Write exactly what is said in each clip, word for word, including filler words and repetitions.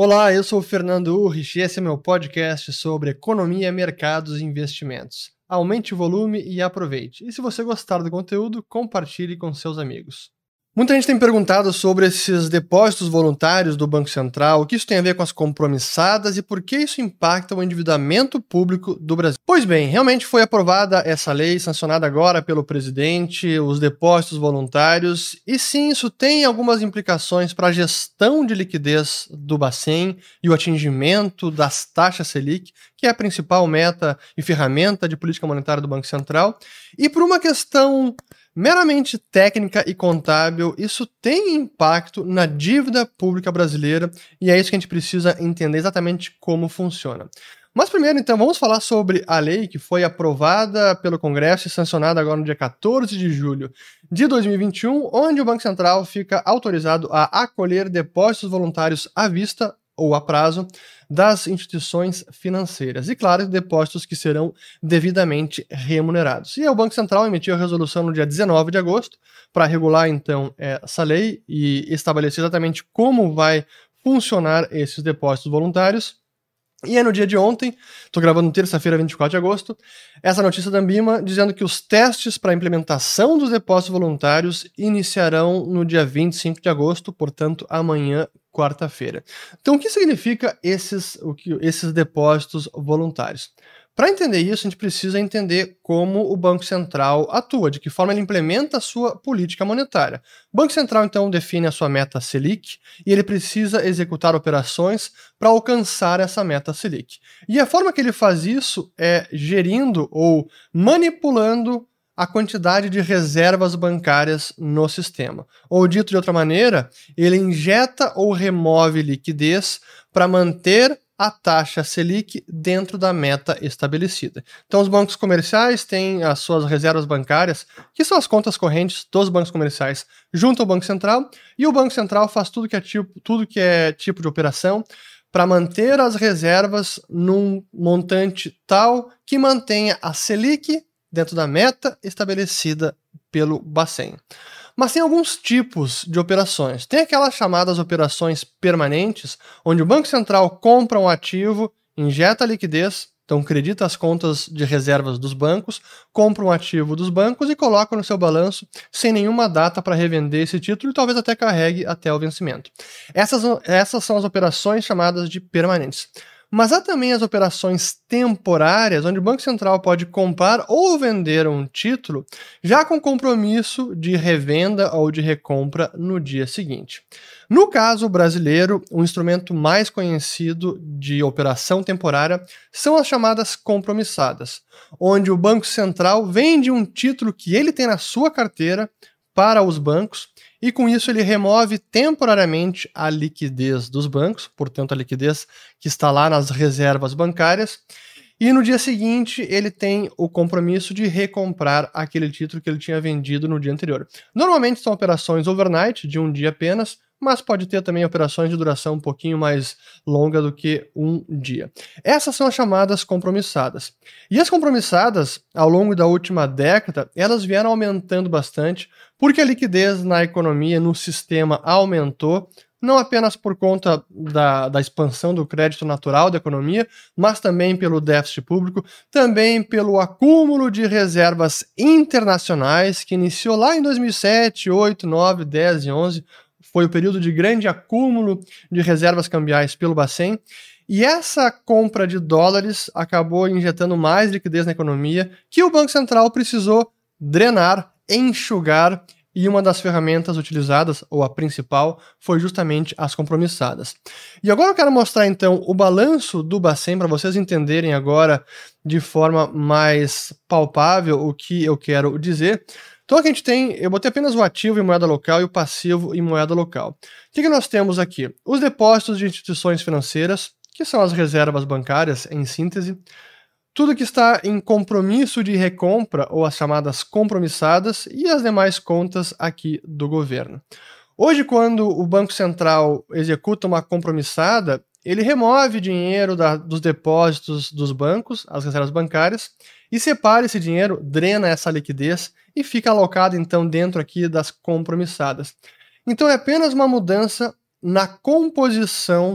Olá, eu sou o Fernando Urrich e esse é meu podcast sobre economia, mercados e investimentos. Aumente o volume e aproveite. E se você gostar do conteúdo, compartilhe com seus amigos. Muita gente tem perguntado sobre esses depósitos voluntários do Banco Central, o que isso tem a ver com as compromissadas e por que isso impacta o endividamento público do Brasil. Pois bem, realmente foi aprovada essa lei, sancionada agora pelo presidente, os depósitos voluntários, e sim, isso tem algumas implicações para a gestão de liquidez do Bacen e o atingimento das taxas Selic, que é a principal meta e ferramenta de política monetária do Banco Central, e por uma questão meramente técnica e contábil, isso tem impacto na dívida pública brasileira e é isso que a gente precisa entender exatamente como funciona. Mas primeiro, então, vamos falar sobre a lei que foi aprovada pelo Congresso e sancionada agora no dia quatorze de julho de dois mil e vinte e um, onde o Banco Central fica autorizado a acolher depósitos voluntários à vista ou a prazo das instituições financeiras. E, claro, depósitos que serão devidamente remunerados. E o Banco Central emitiu a resolução no dia dezenove de agosto para regular, então, essa lei e estabelecer exatamente como vai funcionar esses depósitos voluntários. E é no dia de ontem, estou gravando terça-feira, vinte e quatro de agosto, essa notícia da Anbima dizendo que os testes para a implementação dos depósitos voluntários iniciarão no dia vinte e cinco de agosto, portanto, amanhã, quarta-feira. Então, o que significa esses, o que, esses depósitos voluntários? Para entender isso, a gente precisa entender como o Banco Central atua, de que forma ele implementa a sua política monetária. O Banco Central, então, define a sua meta Selic e ele precisa executar operações para alcançar essa meta Selic. E a forma que ele faz isso é gerindo ou manipulando a quantidade de reservas bancárias no sistema. Ou, dito de outra maneira, ele injeta ou remove liquidez para manter a taxa Selic dentro da meta estabelecida. Então, os bancos comerciais têm as suas reservas bancárias, que são as contas correntes dos bancos comerciais, junto ao Banco Central, e o Banco Central faz tudo que é tipo, tudo que é tipo de operação para manter as reservas num montante tal que mantenha a Selic dentro da meta estabelecida pelo Bacen. Mas tem alguns tipos de operações. Tem aquelas chamadas operações permanentes, onde o Banco Central compra um ativo, injeta liquidez, então credita as contas de reservas dos bancos, compra um ativo dos bancos e coloca no seu balanço sem nenhuma data para revender esse título e talvez até carregue até o vencimento. Essas, essas são as operações chamadas de permanentes. Mas há também as operações temporárias, onde o Banco Central pode comprar ou vender um título, já com compromisso de revenda ou de recompra no dia seguinte. No caso brasileiro, o instrumento mais conhecido de operação temporária são as chamadas compromissadas, onde o Banco Central vende um título que ele tem na sua carteira para os bancos, e com isso ele remove temporariamente a liquidez dos bancos, portanto a liquidez que está lá nas reservas bancárias, e no dia seguinte ele tem o compromisso de recomprar aquele título que ele tinha vendido no dia anterior. Normalmente são operações overnight, de um dia apenas, mas pode ter também operações de duração um pouquinho mais longa do que um dia. Essas são as chamadas compromissadas. E as compromissadas, ao longo da última década, elas vieram aumentando bastante, porque a liquidez na economia, no sistema, aumentou, não apenas por conta da, da expansão do crédito natural da economia, mas também pelo déficit público, também pelo acúmulo de reservas internacionais, que iniciou lá em dois mil e sete, oito, nove, dez e onze, foi o período de grande acúmulo de reservas cambiais pelo Bacen, e essa compra de dólares acabou injetando mais liquidez na economia, que o Banco Central precisou drenar, enxugar, e uma das ferramentas utilizadas, ou a principal, foi justamente as compromissadas. E agora eu quero mostrar então o balanço do Bacen para vocês entenderem agora de forma mais palpável o que eu quero dizer. Então aqui a gente tem, eu botei apenas o ativo em moeda local e o passivo em moeda local. O que, que nós temos aqui? Os depósitos de instituições financeiras, que são as reservas bancárias, em síntese. Tudo que está em compromisso de recompra, ou as chamadas compromissadas, e as demais contas aqui do governo. Hoje, quando o Banco Central executa uma compromissada, ele remove dinheiro da, dos depósitos dos bancos, as reservas bancárias, e separa esse dinheiro, drena essa liquidez e fica alocado então dentro aqui das compromissadas. Então é apenas uma mudança na composição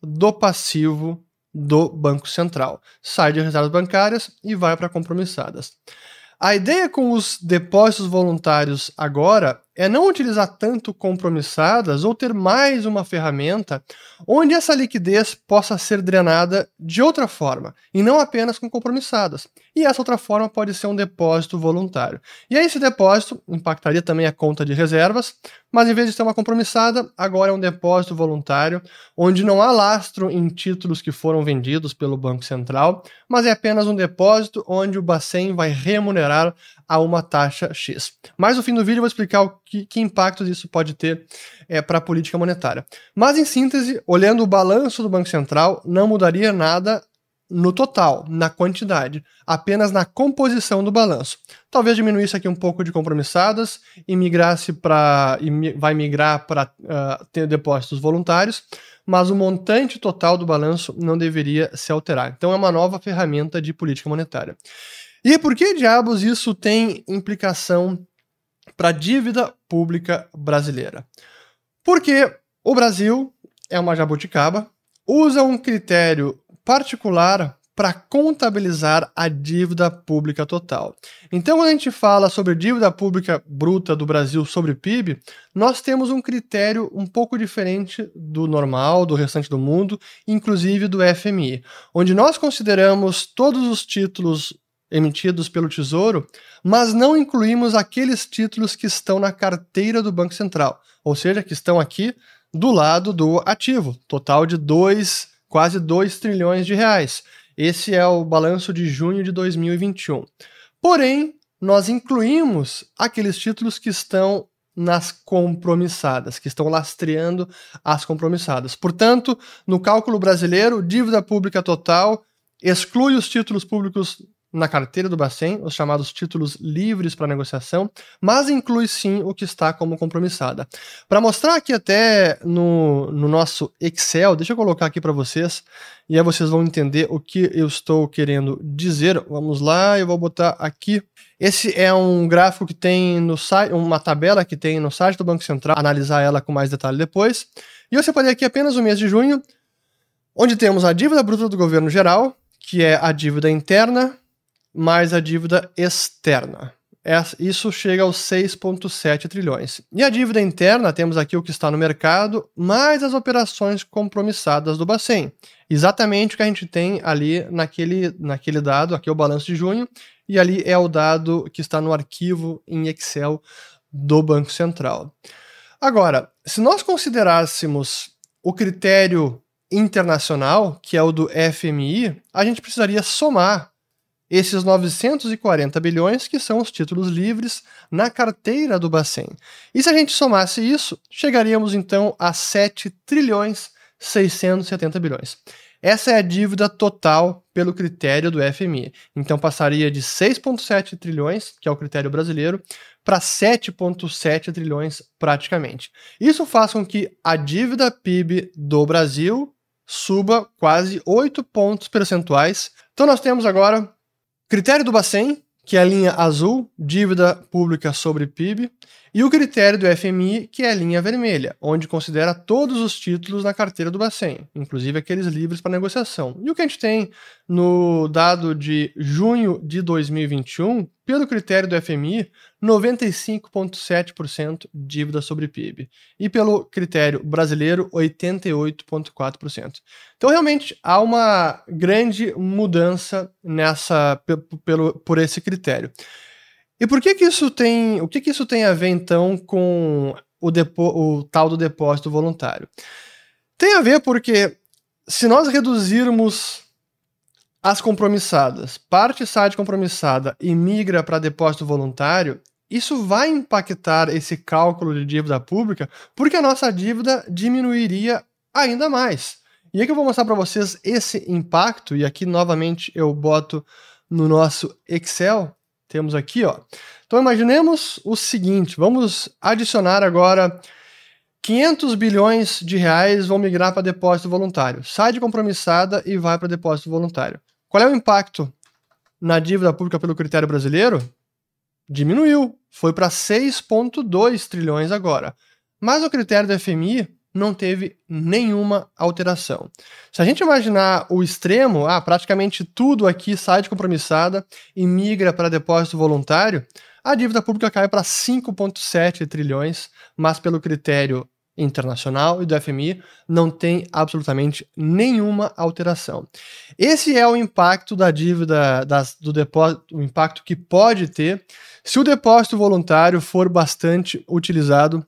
do passivo do Banco Central. Sai de reservas bancárias e vai para compromissadas. A ideia com os depósitos voluntários agora é não utilizar tanto compromissadas ou ter mais uma ferramenta onde essa liquidez possa ser drenada de outra forma, e não apenas com compromissadas. E essa outra forma pode ser um depósito voluntário. E aí esse depósito impactaria também a conta de reservas, mas em vez de ser uma compromissada, agora é um depósito voluntário, onde não há lastro em títulos que foram vendidos pelo Banco Central, mas é apenas um depósito onde o Bacen vai remunerar a uma taxa X. Mas no fim do vídeo eu vou explicar o que, que impactos isso pode ter é, para a política monetária. Mas em síntese, olhando o balanço do Banco Central, não mudaria nada no total, na quantidade, apenas na composição do balanço. Talvez diminuísse aqui um pouco de compromissadas e migrasse para e vai migrar para uh, ter depósitos voluntários, mas o montante total do balanço não deveria se alterar. Então é uma nova ferramenta de política monetária. E por que diabos isso tem implicação para a dívida pública brasileira? Porque o Brasil é uma jabuticaba, usa um critério particular para contabilizar a dívida pública total. Então, quando a gente fala sobre dívida pública bruta do Brasil sobre P I B, nós temos um critério um pouco diferente do normal, do restante do mundo, inclusive do F M I, onde nós consideramos todos os títulos emitidos pelo Tesouro, mas não incluímos aqueles títulos que estão na carteira do Banco Central, ou seja, que estão aqui do lado do ativo, total de dois, quase dois trilhões de reais. Esse é o balanço de junho de dois mil e vinte e um. Porém, nós incluímos aqueles títulos que estão nas compromissadas, que estão lastreando as compromissadas. Portanto, no cálculo brasileiro, dívida pública total exclui os títulos públicos na carteira do Bacen, os chamados títulos livres para negociação, mas inclui sim o que está como compromissada. Para mostrar aqui até no, no nosso Excel, deixa eu colocar aqui para vocês, e aí vocês vão entender o que eu estou querendo dizer. Vamos lá, eu vou botar aqui. Esse é um gráfico que tem no site, uma tabela que tem no site do Banco Central, analisar ela com mais detalhe depois. E eu separei aqui apenas o mês de junho, onde temos a dívida bruta do governo geral, que é a dívida interna, mais a dívida externa. Isso chega aos seis vírgula sete trilhões. E a dívida interna, temos aqui o que está no mercado, mais as operações compromissadas do Bacen. Exatamente o que a gente tem ali naquele, naquele dado, aqui é o balanço de junho, e ali é o dado que está no arquivo em Excel do Banco Central. Agora, se nós considerássemos o critério internacional, que é o do F M I, a gente precisaria somar esses novecentos e quarenta bilhões, que são os títulos livres na carteira do Bacen. E se a gente somasse isso, chegaríamos então a sete trilhões seiscentos e setenta bilhões. Essa é a dívida total pelo critério do F M I. Então passaria de seis vírgula sete trilhões, que é o critério brasileiro, para sete vírgula sete trilhões praticamente. Isso faz com que a dívida P I B do Brasil suba quase oito pontos percentuais. Então nós temos agora critério do Bacen, que é a linha azul, dívida pública sobre P I B, e o critério do F M I, que é a linha vermelha, onde considera todos os títulos na carteira do Bacen, inclusive aqueles livres para negociação. E o que a gente tem no dado de junho de dois mil e vinte e um, pelo critério do F M I, noventa e cinco vírgula sete por cento dívida sobre P I B. E pelo critério brasileiro, oitenta e oito vírgula quatro por cento. Então, realmente, há uma grande mudança nessa, pelo, por esse critério. E por que que isso tem, o que que isso tem a ver, então, com o, depo, o tal do depósito voluntário? Tem a ver porque, se nós reduzirmos as compromissadas, parte sai de compromissada e migra para depósito voluntário, isso vai impactar esse cálculo de dívida pública, porque a nossa dívida diminuiria ainda mais. E aqui eu vou mostrar para vocês esse impacto, e aqui novamente eu boto no nosso Excel, temos aqui, ó. Então imaginemos o seguinte, vamos adicionar agora quinhentos bilhões de reais vão migrar para depósito voluntário. Sai de compromissada e vai para depósito voluntário. Qual é o impacto na dívida pública pelo critério brasileiro? Diminuiu, foi para seis vírgula dois trilhões agora. Mas o critério do F M I não teve nenhuma alteração. Se a gente imaginar o extremo, ah, praticamente tudo aqui sai de compromissada e migra para depósito voluntário, a dívida pública cai para cinco vírgula sete trilhões, mas pelo critério internacional e do F M I não tem absolutamente nenhuma alteração. Esse é o impacto da dívida, das, do depósito, o impacto que pode ter se o depósito voluntário for bastante utilizado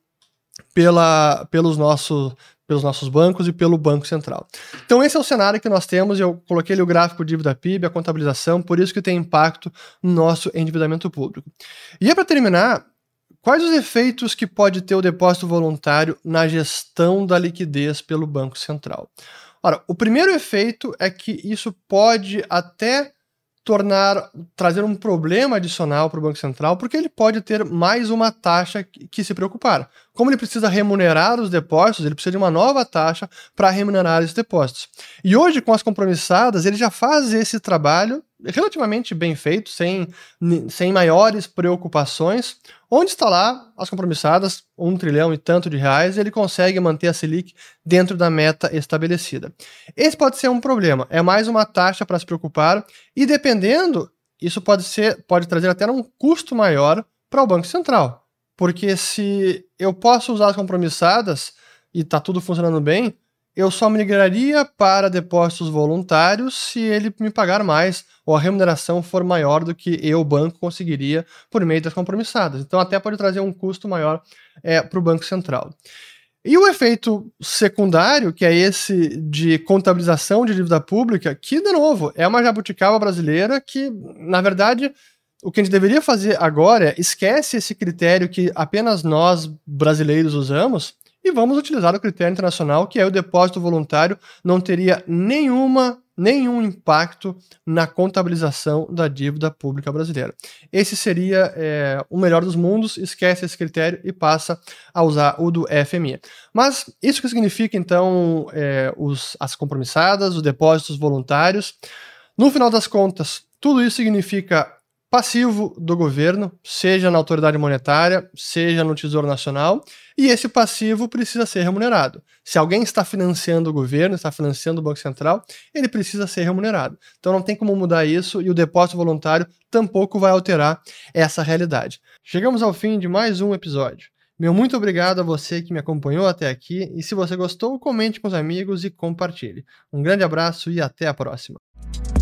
pela, pelos, nosso, pelos nossos bancos e pelo Banco Central. Então esse é o cenário que nós temos, eu coloquei ali o gráfico dívida P I B, a contabilização, por isso que tem impacto no nosso endividamento público. E é para terminar, quais os efeitos que pode ter o depósito voluntário na gestão da liquidez pelo Banco Central? Ora, o primeiro efeito é que isso pode até tornar, trazer um problema adicional para o Banco Central, porque ele pode ter mais uma taxa que, que se preocupar. Como ele precisa remunerar os depósitos, ele precisa de uma nova taxa para remunerar esses depósitos. E hoje, com as compromissadas, ele já faz esse trabalho relativamente bem feito, sem, sem maiores preocupações. Onde está lá as compromissadas, um trilhão e tanto de reais, ele consegue manter a Selic dentro da meta estabelecida. Esse pode ser um problema, é mais uma taxa para se preocupar, e dependendo, isso pode ser, pode trazer até um custo maior para o Banco Central. Porque se eu posso usar as compromissadas e está tudo funcionando bem, eu só migraria para depósitos voluntários se ele me pagar mais ou a remuneração for maior do que eu, banco, conseguiria por meio das compromissadas. Então até pode trazer um custo maior é, para o Banco Central. E o efeito secundário, que é esse de contabilização de dívida pública, que, de novo, é uma jabuticaba brasileira que, na verdade, o que a gente deveria fazer agora é esquece esse critério que apenas nós, brasileiros, usamos, e vamos utilizar o critério internacional, que é o depósito voluntário, não teria nenhuma, nenhum impacto na contabilização da dívida pública brasileira. Esse seria é, o melhor dos mundos, esquece esse critério e passa a usar o do F M I. Mas isso que significa, então, é, os, as compromissadas, os depósitos voluntários. No final das contas, tudo isso significa passivo do governo, seja na autoridade monetária, seja no Tesouro Nacional, e esse passivo precisa ser remunerado. Se alguém está financiando o governo, está financiando o Banco Central, ele precisa ser remunerado. Então não tem como mudar isso e o depósito voluntário tampouco vai alterar essa realidade. Chegamos ao fim de mais um episódio. Meu muito obrigado a você que me acompanhou até aqui, e se você gostou, comente com os amigos e compartilhe. Um grande abraço e até a próxima.